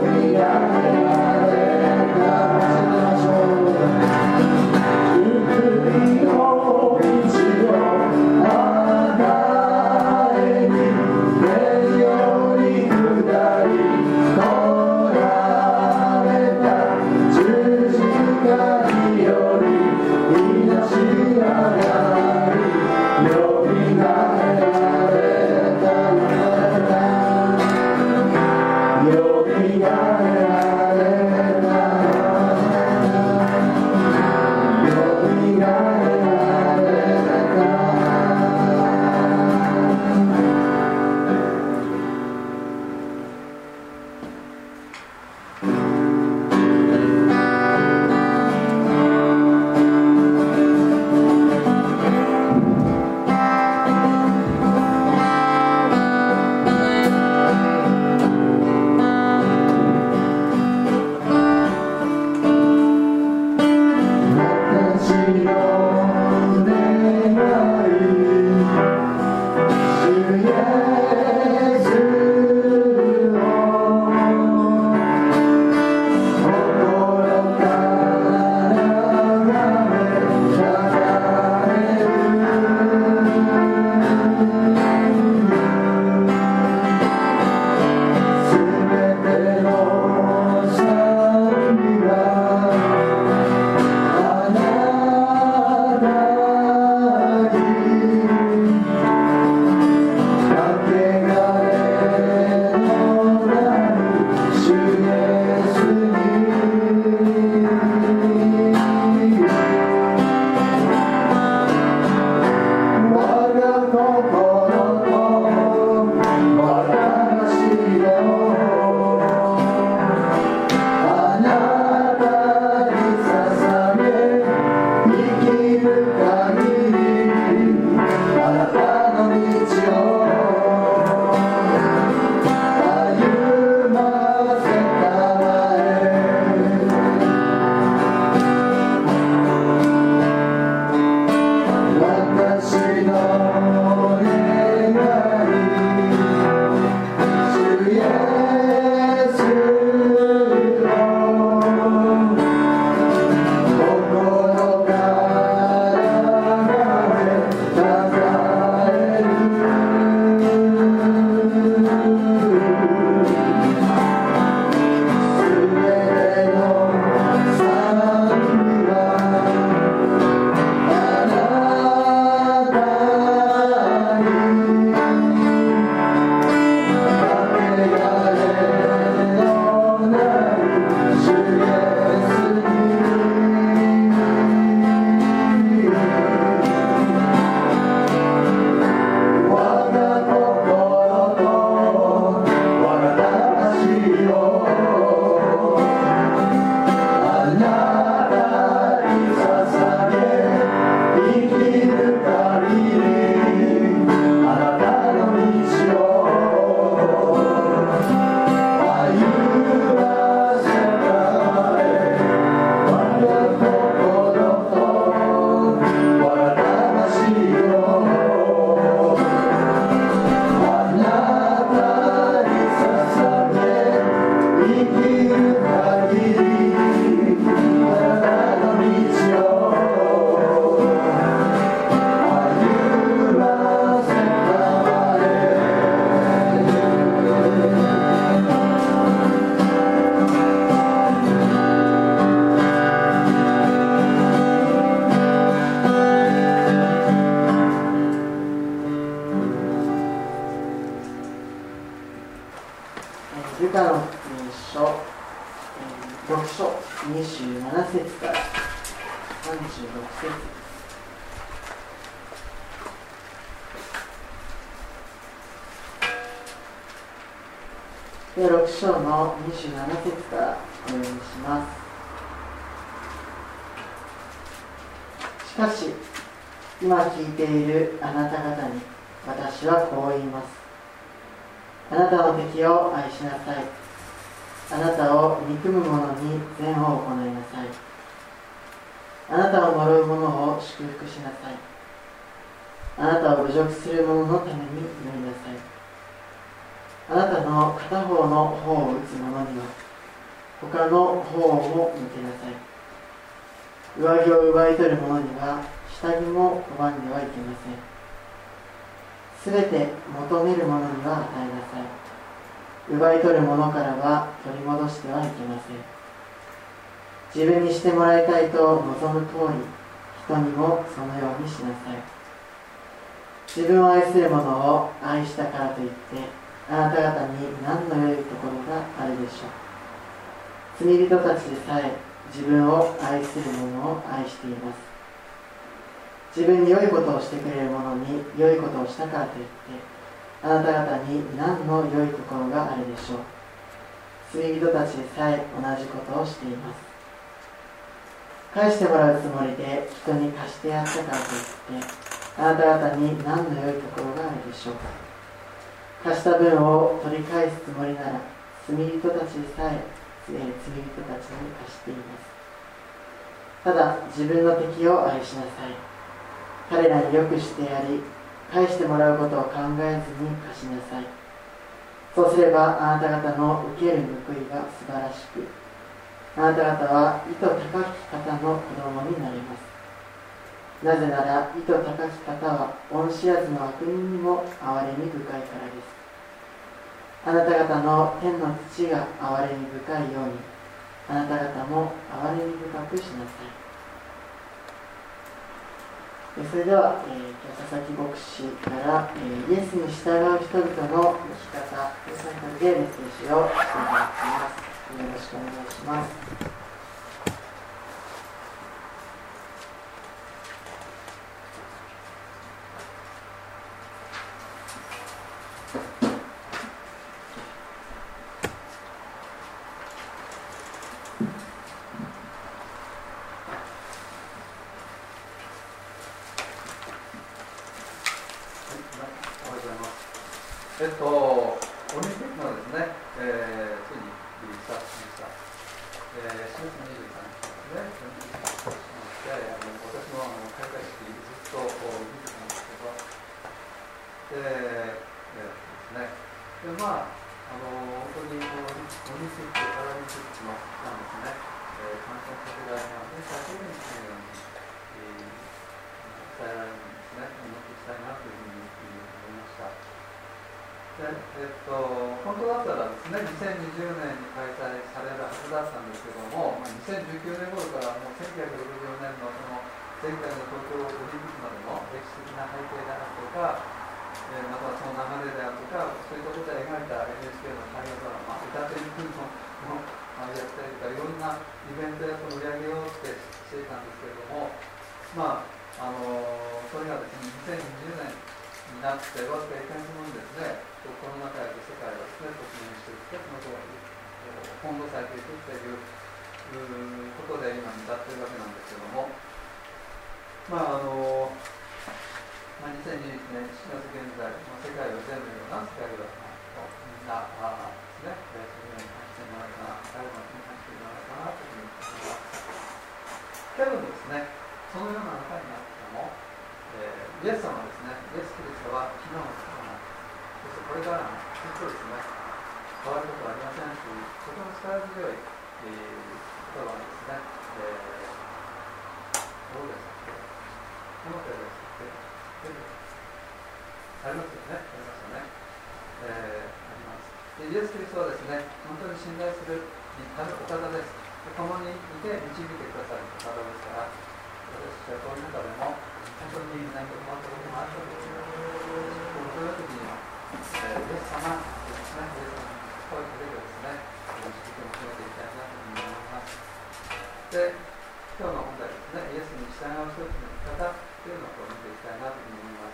ルカの福音書6章27節から36節。で6章の27節からお読みします。しかし今聞いているあなた方に私はこう言います。あなたの敵を愛しなさい。あなたを憎む者に善を行いなさい。あなたを呪う者を祝福しなさい。あなたを侮辱する者のために祈りなさい。あなたの片方の頬を打つ者には他の方を向けなさい。上着を奪い取る者には下着も拒んではいけません。すべて求める者には与えなさい。奪い取る者からは取り戻してはいけません。自分にしてもらいたいと望む通り、人にもそのようにしなさい。自分を愛する者を愛したからといって、あなた方に何の良いところがあるでしょう。罪人たちでさえ自分を愛する者を愛しています。自分に良いことをしてくれる者に良いことをしたからといって、あなた方に何の良いところがあるでしょう。罪人たちでさえ同じことをしています。返してもらうつもりで人に貸してやったからといって、あなた方に何の良いところがあるでしょうか。貸した分を取り返すつもりなら、罪人たちでさえ罪人たちに貸しています。ただ自分の敵を愛しなさい。彼らに良くしてやり、返してもらうことを考えずに貸しなさい。そうすればあなた方の受ける報いが素晴らしく、あなた方は意図高き方の子供になります。なぜなら意図高き方は恩知らずの悪人にも憐れみ深いからです。あなた方の天の父が憐れみ深いように、あなた方も憐れみ深くしなさい。それでは、佐々木牧師から、イエスに従う人々の生き方というタイトルでメッセージをしていただきます。よろしくお願いします。 オリンピックのですね、ついにスタートしました。4月23日ですね、私も開会式ずっと見てたんですけど、ですね、本当にオリンピック・パラリンピックの期間ですね、感染拡大が最小限になるように伝えられるんですね、祈っていきたいなというふうに思いました。本当だったらですね、2020年に開催されるはずだったんですけども、2019年頃からもう1964年のその前回の東京オリンピックまでの歴史的な背景であるとか、またその流れであるとか、そういったことを描いた NHK の大河ドラマ、歌っていくのをやったりとか、いろんなイベントやその売り上げをしていたんですけれども、それがですね、2020年になってわずか1ヶ月後にですね、コロナ禍で世界はですね、突入していって、そのと翻弄されていくということで今に至っているわけなんですけども、2021年7月現在、世界を全部ような世界がみんなですね、そういうように感じてもらえたら、誰も感じてもらえたらなというふうに思います。けどもですね、そのような中になっても、イエス様はですね、イエス・キリストは昨日の方なんです。そしてこれからもずっとですね、変わることはありませんという、とても力強い、言葉がですね、どうですか、この手ですありますよね、ありましたね。あります。でイエス・キリストはですね、本当に信頼するお方です。共にいて導いてくださるお方ですから、私たちはこういう中でも、本当に何か困ったこともあったときに、そういう時には、イエス様ですね、イエス様に声をかけてですね、導きを求めていきたいなというふうに思います。で、今日の本題ですね、イエスに従う人々の生き方というのを見ていきたいなというふうに思います。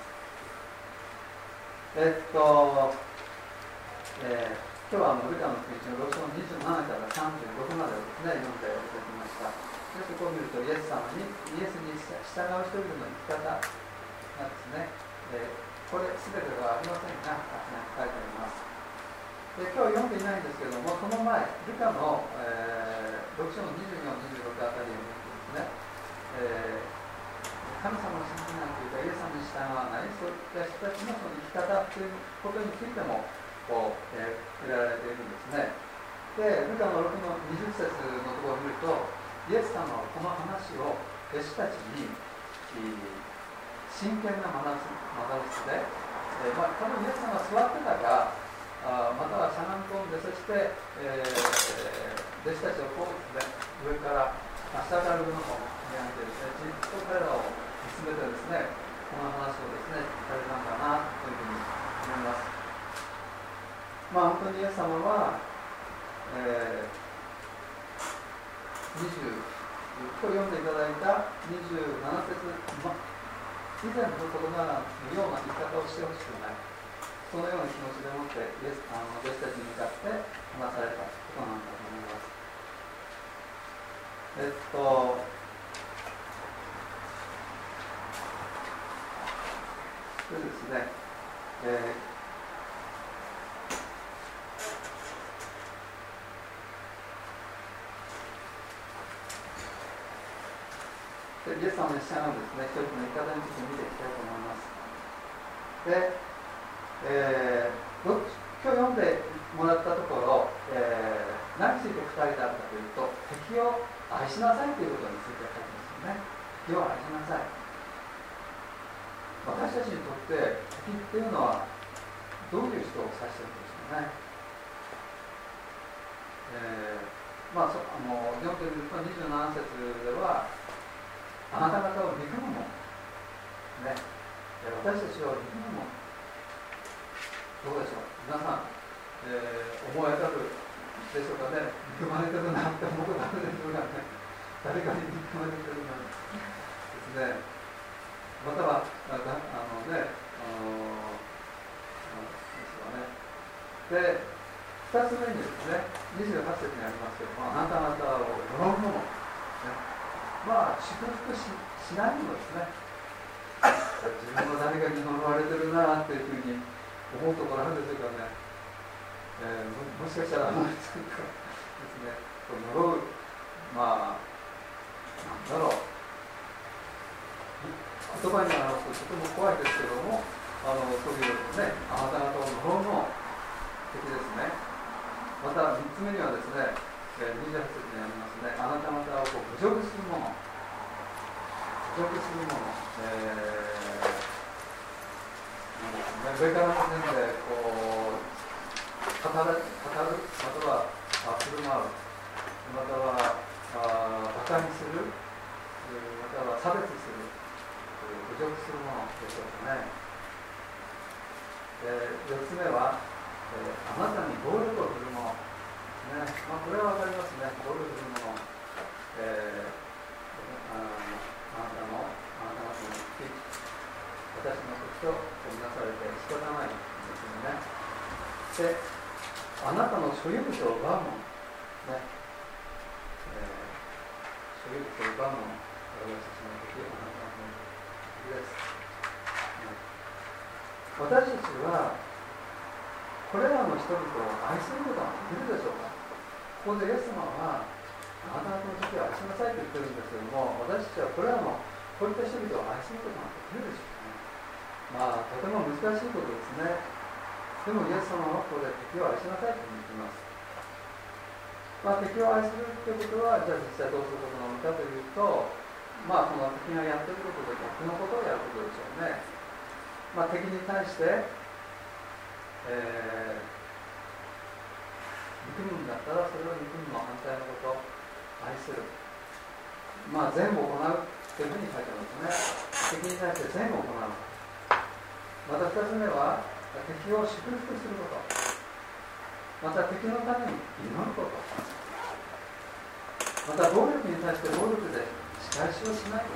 今日はルカの福音書の6章27から35までをですね、読んでいただきました。そしてこう見ると、イエスに従う人々の生き方がですね、これ全てではありませんが、書いてあります。で今日読んでいないんですけれども、その前、ルカの、6章の24、26あたりを見てですね、神様を信じないというか、イエス様に従わない、そういった人たちのその生き方ということについても触れられているんですね。で、ルカの6の 20節のところを見ると、イエス様はこの話を弟子たちに真剣な学び室で、多分イエス様が座ってたか、またはしゃがみ込んで、そして、弟子たちをこうですね、上から下から上の方を見上げてですね、じっと彼らを見つめてですね、この話をですね、されたんだなというふうに思います。本当にイエス様は、今日読んでいただいた27節、以前の言葉のような言い方をしてほしくない、そのような気持ちでもって弟子たちに向かって話されたことなんだと思います。でですね、イエス様の使者のですね、一つの言い方について見ていきたいと思います。で、今日読んでもらったところ、何について書かれてあるかというと、敵を愛しなさいということについて書いてますよね。敵を愛しなさい。私たちにとって敵っていうのはどういう人を指しているんでしょうね。読んでみると27節では、あなた方を憎むもの、ね、私たちを憎むもの、どうでしょう、皆さん、思い当たるでしょうかね。憎まれてるなって思うことあるでしょうかね。誰かに憎まれてるなですね。またはですよね。で、2つ目にですね、28節にありますけども、あなた方を呪うもの、ね、祝福 しないものですね。自分は誰かに呪われてるなっていうふうに思うところあるんでしょうかね。もしかしたら思いつくかですね、呪う、なんだろう、言葉に表すととても怖いですけども、そういうですね、あなた方を呪うの敵ですね。また3つ目にはですね、28節にありますね、あなた方を侮辱するもの、侮辱するもの、上からの線でこう語る、または振る舞う、または馬鹿にする、または差別する、侮辱するものでしょうかね。4つ目は、あなたに暴力を振るもの、ね、これは分かりますね。暴力するもの、あなたの敵、私の敵とみなされて仕方ないんですよね。で、あなたの所有物を奪うもの、ね、所有物を奪うもの、私たちの敵、あなたの敵です。私たちはこれらの人々を愛することができるでしょうか。ここでイエス様はあなたの敵を愛しなさいと言ってるんですけども、私たちはこれらのこういった人々を愛することができるでしょうかね。とても難しいことですね。でもイエス様はここで敵を愛しなさいと言っています。敵を愛するということは、じゃあ実際どうすることなのかというと、その敵がやっていることと逆のことをやることでしょうね。敵に対して、憎むんだったらそれを憎むの反対のこと、愛する、善を行うというふうに書いてますね。敵に対して善を行う。また2つ目は敵を祝福すること、また敵のために祈ること、また暴力に対して暴力で仕返しをしないこと、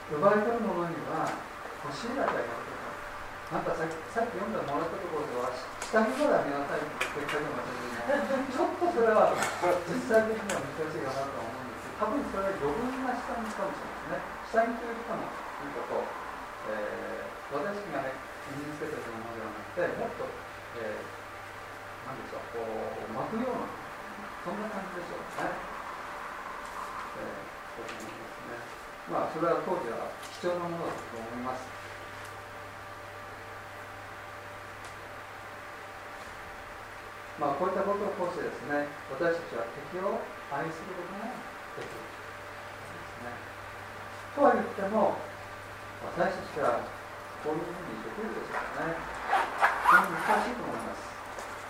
奪い取る者には欲しいだけあげること。さっき読んでもらったところでは下着まであげなさいって言ってるかもしれない。ちょっとそれは実際的には難しいかなと思うんですけど、多分それは余分な下着かもしれないですね。下着というかもいうことを、私がね身につけてるものではなくて、もっと、なんでしょう、こう巻くような、そんな感じでしょうね。そう思いますね。それは当時は貴重なものだと思います。 こういったことを通してですね、私たちは敵を愛することができるですね。とは言っても、私たちはこういうふうにできるでしょうかね。非常に難しいと思います。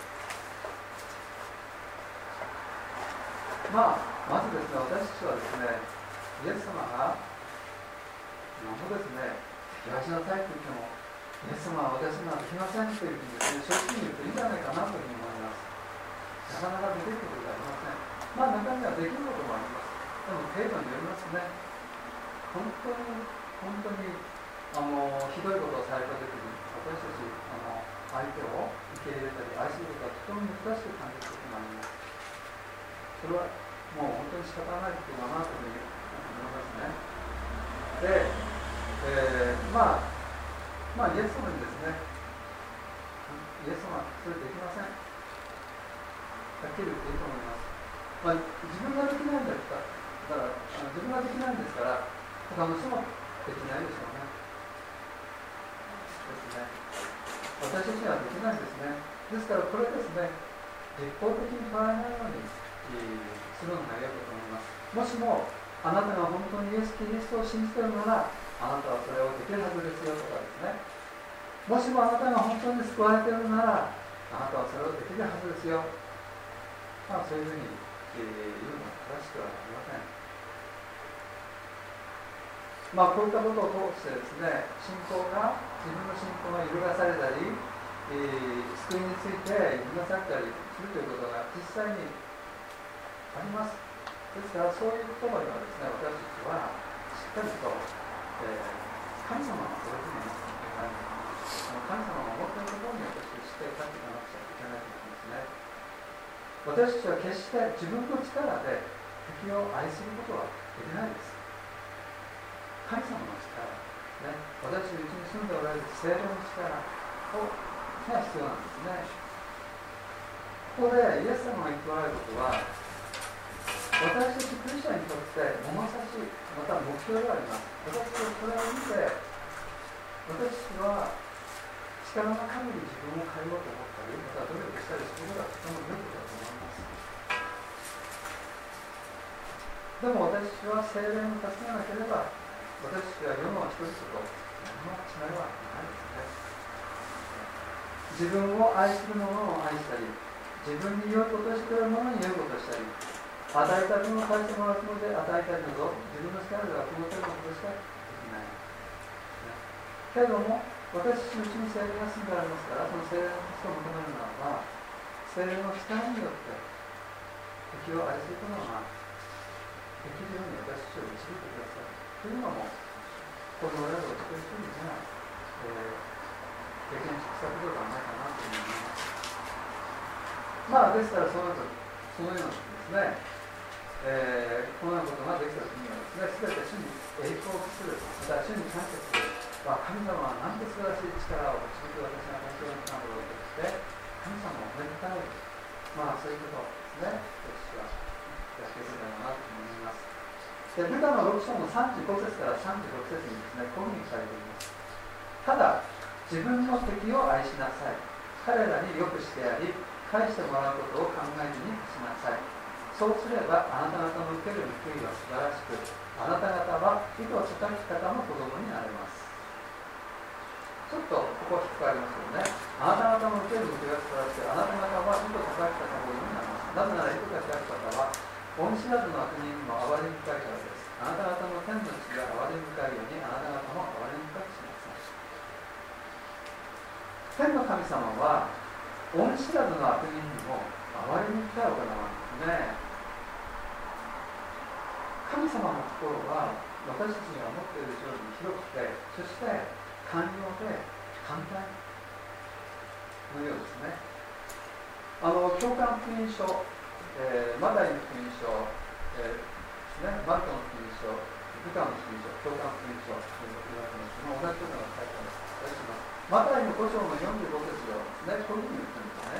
まずですね、私たちはですね、イエス様が何もですね、やらしなさいと言っても、イエス様は私にはできませんというふうにですね、正直に言っていいんじゃないかなというふうに思います。なかなかできることではありません。中にはできることもあります。でも程度によりますね。本当にひどいことをされたときに、私たち相手を受け入れたり愛することはとても難しく感じることがあります。それはもう本当に仕方ないことだなというふうに思いますね。で、イエス様にですね、イエス様はそれできません。はっきり言っていいと思います。自分ができないんだったら、自分ができないんですから、他の人もできないでしょうね。ですね。私たちにはできないんですね。ですからこれですね、一方的に捉えないようにするのが良いと思います。もしもあなたが本当にイエス・キリストを信じているなら、あなたはそれをできるはずですよとかですね。もしもあなたが本当に救われているなら、あなたはそれをできるはずですよ。そういうふうに言うのは正しくはありません。こういったことを通してですね、自分の信仰が揺るがされたり、救いについて揺るがされたりするということが実際にあります。ですからそういうところにはですね、私たちはしっかりと、神様がそういうふうに思っていない。神様が思っているところに私たちして立っていかなくちゃいけないと思いますね。私たちは決して自分の力で敵を愛することはできないです。神様の力、私たちのうちに住んでおられる聖霊の力が必要なんですね。ここでイエス様が言っておられることは、私たちクリスチャンにとって物差し、また目標であります。私たちはこれを見て、私たちは力の限り自分を変えようと思ったり、また努力したりすることがとても良いことだと思います。でも私たちは聖霊に助けなければ、私たちは世の人々と何も違いはないですね。自分を愛する者を愛したり、自分に良いことをしている者に良いことをしたり、与えた分を返してもらうつもりで与えたりなど、自分の力ではこの程度のことしかできない。けれども、私たちのうちに聖霊が住んでありますから、その聖霊の助けを求めるならば、聖霊の力によって敵を愛することができるように私たちを導いてください。というのも、この親を一人一人が、経験したことではないかなと思います。ですからそのようなですね、このようなことができたときにはですね、すべて主に栄光を期する、また主に感謝する、神様はなんて素晴らしい力を導く私が本当になるのとして、神様を褒めたい、そういうことをですね、私はやっていけたらなと思います。で、ルカの6章の35節から36節にですね、こういうふうに書いています。ただ、自分の敵を愛しなさい。彼らによくしてやり、返してもらうことを考えずにしなさい。そうすれば、あなた方の受ける報いは素晴らしく、あなた方は意図高き方の子供になれます。ちょっとここ引っかかりますよね。あなた方の受ける報いは素晴らしく、あなた方は意図高き方の子供になれます。なぜなら意図高き方は、恩知らずの悪人にも憐れみ深いからです。あなた方の天の父が憐れみ深いように、あなた方も憐れみ深くしなさい。天の神様は、恩知らずの悪人にも憐れみ深いお方なんですね。神様の心は、私たちが持っている以上に広くて、そして寛容で簡単のようですね。教会福音書、マタイの福音書、マルコの福音書、ルカの福音書、教会福音書ということになってます。同じことが書いてあります。マタイの5章の45節をですね、こういうふうに言ってるんですね。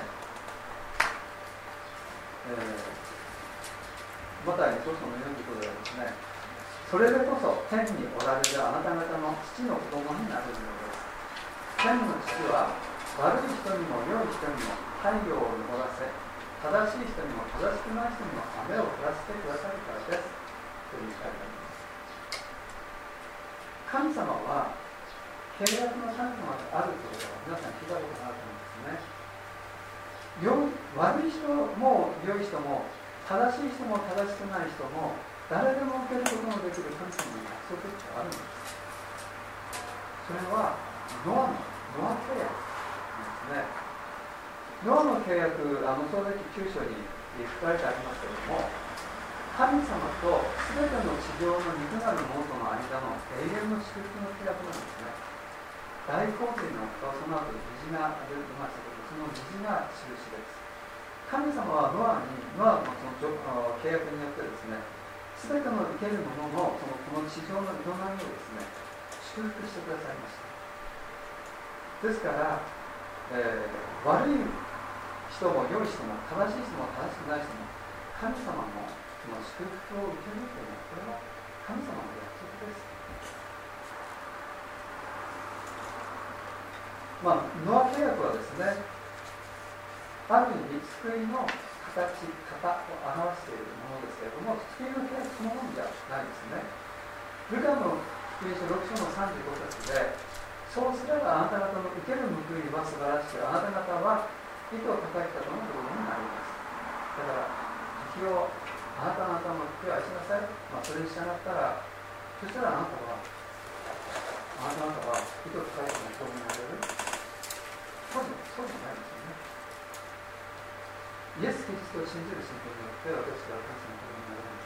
マタイの5章の45ではですね、それでこそ天におられるあなた方の父の子供になるのです。天の父は悪い人にも良い人にも太陽を昇らせ、正しい人にも正しくない人にも雨を降らせてくださるからですという書いてあります。神様は契約の神様であるということは皆さん聞いたことがあると思うんですね。悪い人も良い人も正しい人も正しくない人も誰でも受けることのできる神様の約束ってあるんです。それはノア契約なんですね。ノアの契約、創世記9章に書かれてありますけれども、神様と全ての地上の肉なるものとの間の永遠の祝福の契約なんですね。大洪水のその後虹が出ましたけど、その虹が印です。神様はノアのその契約によってですね、全ての生けるもののこの地上の営みをですね、祝福してくださいました。ですから、悪い人も良い人も正しい人も正しくない人も神様のその祝福を受けるというのは、これは神様の約束です。ノア契約はですね、ある意味救いの型を表しているものですけれども、救いの契約そのものじゃないですね。ルカの福音書6章の35節で、そうすればあなた方の受ける報いは素晴らしく、あなた方は糸を叩いたとのことになります。だから敵をあなた方の敵を愛しなさい、それに従ったら、そしたらあなた方は糸を叩いたのになれる。そうじゃないですよね。イエス・キリストを信じる信仰によって私は神様の子になるん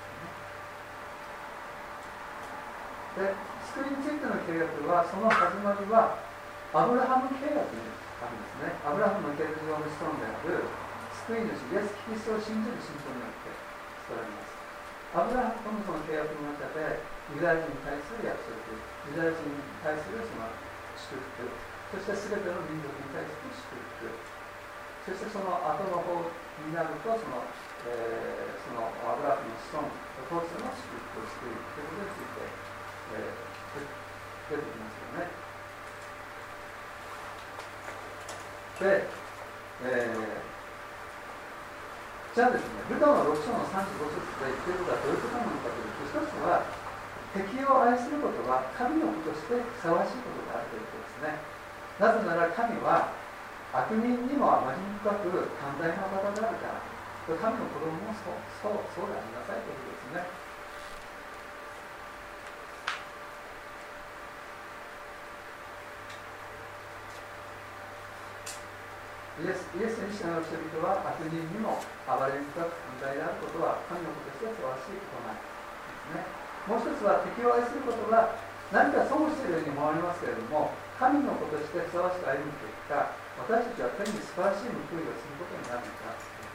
ですよね。で、救いについての契約は、その始まりはアブラハム契約にあるんですね。アブラハムの契約上の子孫である救い主イエス・キリストを信じる信仰によって作られます。アブラハムとのその契約の中でユダヤ人に対する約束、ユダヤ人に対するその祝福、そして全ての民族に対する祝福、そしてその後の方になるとそのアブラハムの子孫を通しての祝福をしているということについて、出てきますよね。で、じゃあですね、ルカの6章の35節で言っていることはどういうことなのかというと、一つは敵を愛することは神の子としてふさわしいことであるということですね。なぜなら神は悪人にもあまりに深く寛大な方であるから、神の子供もそうでありなさいということですね。イエスに従う人々は悪人にもあまりに深く寛大であることは神の子としてふさわしいことなんですね。もう一つは敵を愛することは何か損しているように思われますけれども、神の子としてふさわしく歩む結果、私たちは天に素晴らしい報いをすることになるんだという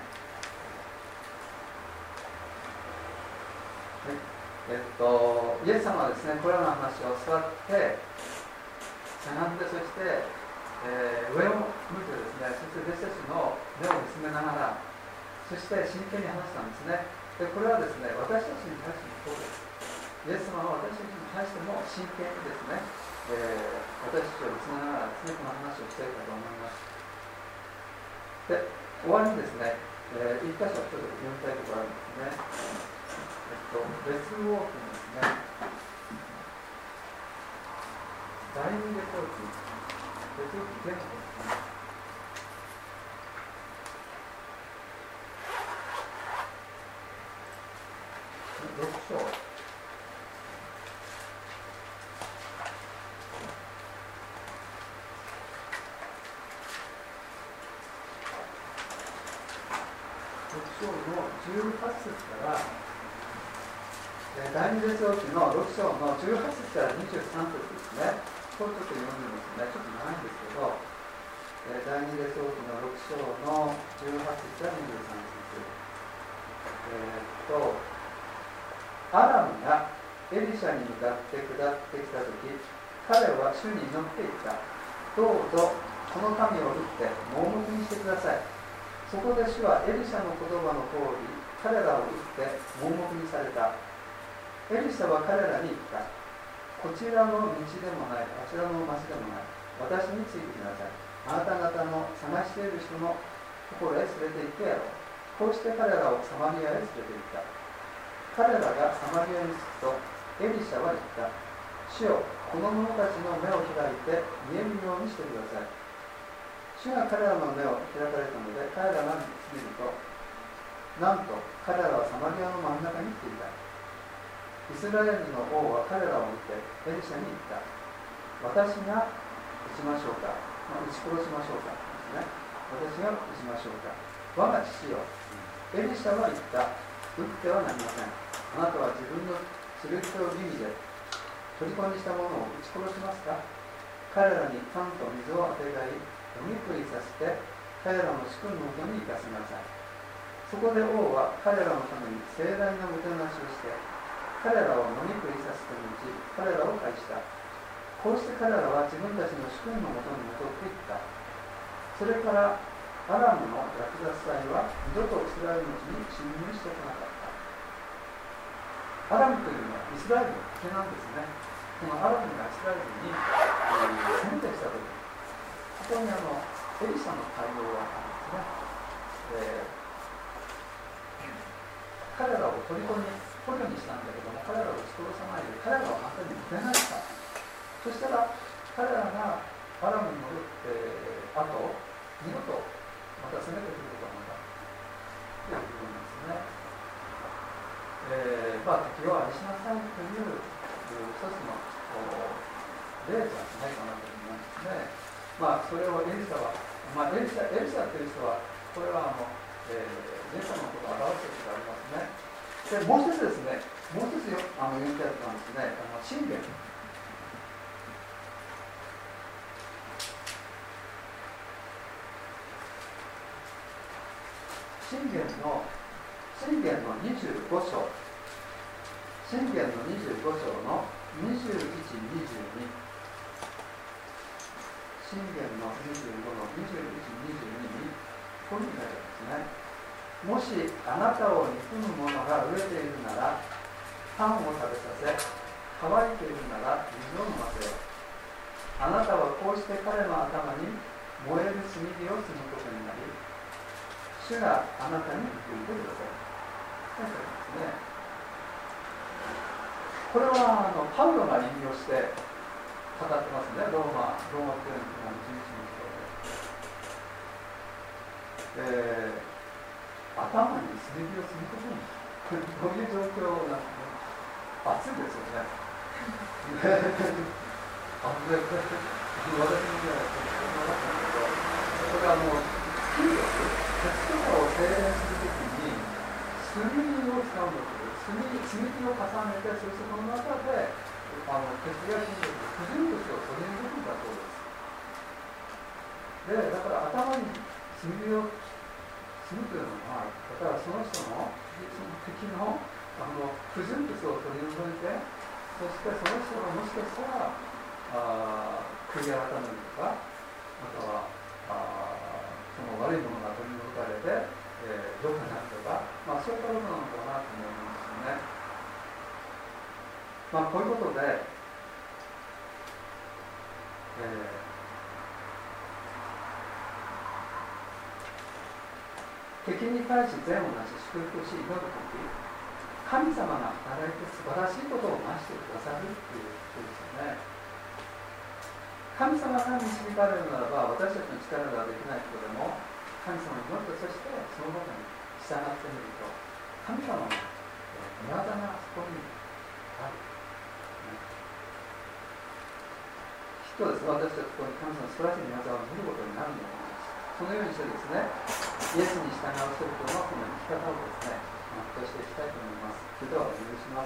ことですね。イエス様はですね、これらの話を座ってしゃがんで、そして上を向いてですね、そして弟子たちの目を見つめながら、そして真剣に話したんですね。で、これはですね、私たちに対してもそうです。イエス様は私たちに対しても真剣にですね、私たちを見つめながらですね、この話をしていたと思います。で、終わりにですね、一箇所ちょっと読みたいところあるんですね。列王記ですね。第二列王記。列王記全部ですね。6章。6章の18節から第二列王記の6章の18節から23節ですね。これちょっと読んでみますね。ちょっと長いんですけど、第二列王記の6章の18節から23節。アラムがエリシャに向かって下ってきたとき、彼は主に祈っていった。どうぞこの民を打って盲目にしてください。そこで主はエリシャの言葉の通り、彼らを打って盲目にされた。エリシャは彼らに言った。こちらの道でもない、あちらの町でもない。私についてきなさい。 あなた方の探している人のところへ連れて行ってやろう。こうして彼らをサマリアへ連れて行った。彼らがサマリアに着くと、エリシャは言った。主よ、この者たちの目を開いて見えるようにしてください。主が彼らの目を開かれたので、彼らが見ると、なんと彼らはサマリアの真ん中に来ていた。イスラエルの王は彼らを見てエリシャに言った。私が撃ちましょうか、撃ち殺しましょうかですね。私が撃ちましょうか。我が父よ、エリシャは言った。撃ってはなりません。あなたは自分の剣と弓で虜にしたものを撃ち殺しますか。彼らにパンと水をあてがい、飲み食いさせて彼らの主君のもとに行かせなさい。そこで王は彼らのために盛大なもてなしをして、彼らを飲み食いさせた後、彼らを返した。こうして彼らは自分たちの主君のもとに戻っていった。それからアラムの略奪隊は二度とイスラエルの地に侵入してこなかった。アラムというのはイスラエルの敵なんですね。このアラムがイスラエルに攻めてきたとき、ここにエリシャの対応があるんですね。彼らを捕虜にしたんだけども、彼らを撃ち殺さないで彼らを反対に向けないか。そしたら彼らがアラムに戻ってあと二度とまた攻めてくることがなかったという部分ですね。敵を愛しなさいという一つの例じゃないかなと思いますね。それをエリシャは、エリシャという人はこれはイエス様のことを表すことがありますね。でもう一つですね、もう一つ言ってあったんですね、信玄。信玄の25章、信玄の25章の21、22、信玄の25の21、22にこういうふうに書いてあるんですね。もしあなたを憎む者が飢えているならパンを食べさせ、乾いているなら水を飲ませよう。あなたはこうして彼の頭に燃える炭火を積むことになり、主があなたに報いてください。書いてありますね。これはパウロが引用して語ってますね。ローマ教の11の人で。頭に炭火を積むことにどういう状況なんですね。暑いですよね。私もね、これ金属、鉄とかを精錬するときに炭を使うんだけど、炭火を重ねて、そしてその中で鉄や金属、不純物を取り除くんだそうです。で、だから頭に炭火を積むというのは、だからその人の敵の不純物を取り除いて、そしてその人がもしかしたら悔い改めるとか、またはその悪いものが取り除かれて、良くなるとか、そういったことなのかなと思いますよね。こういうことで、敵に対し善をなし祝福し祈るとき、神様が働いて素晴らしいことをなしてくださるということですよね。神様が導かれるならば、私たちの力ができないことでも神様に祈って、そしてそのことに従ってみると、神様の御業がそこにある、きっとですね、私たちここに神様の素晴らしい御業を見ることになるんだと思います。そのようにしてですね、イエスに従わせるとのこの生き方をですね、全うしていきたいと思います。それではお願いします。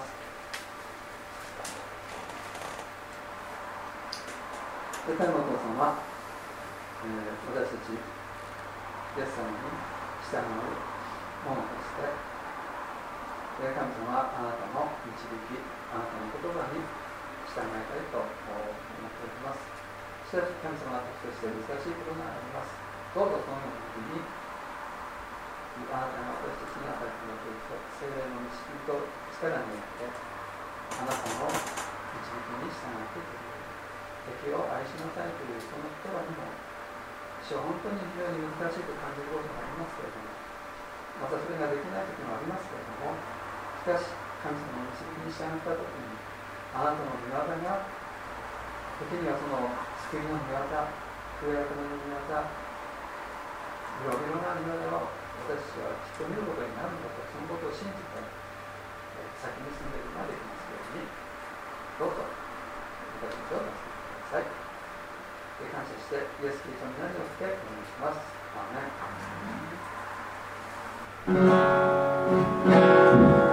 天のお父様、私たちイエス様に従う者として、神様、あなたの導き、あなたの言葉に従いたいと思っております。しかし神様、私として難しいことがあります。どうぞそのような時に、あなたが私たちに与えてくださる聖霊の導きと力によって、あなたの導きに従っていく。敵を愛しなさいというその言葉にも私は本当に非常に難しいと感じることがありますけれども、またそれができない時もありますけれども、しかし神様の導きに従った時に、あなたの御業が時にはその救いの御業、救い役の御業、いろいろな御業を私たちはきっと見ることになるんだと、そのことを信じて先に進んでいくことができますように、どうぞ私たちを助けてください。感謝してイエス・キリストの皆によってお願いします。アーメン。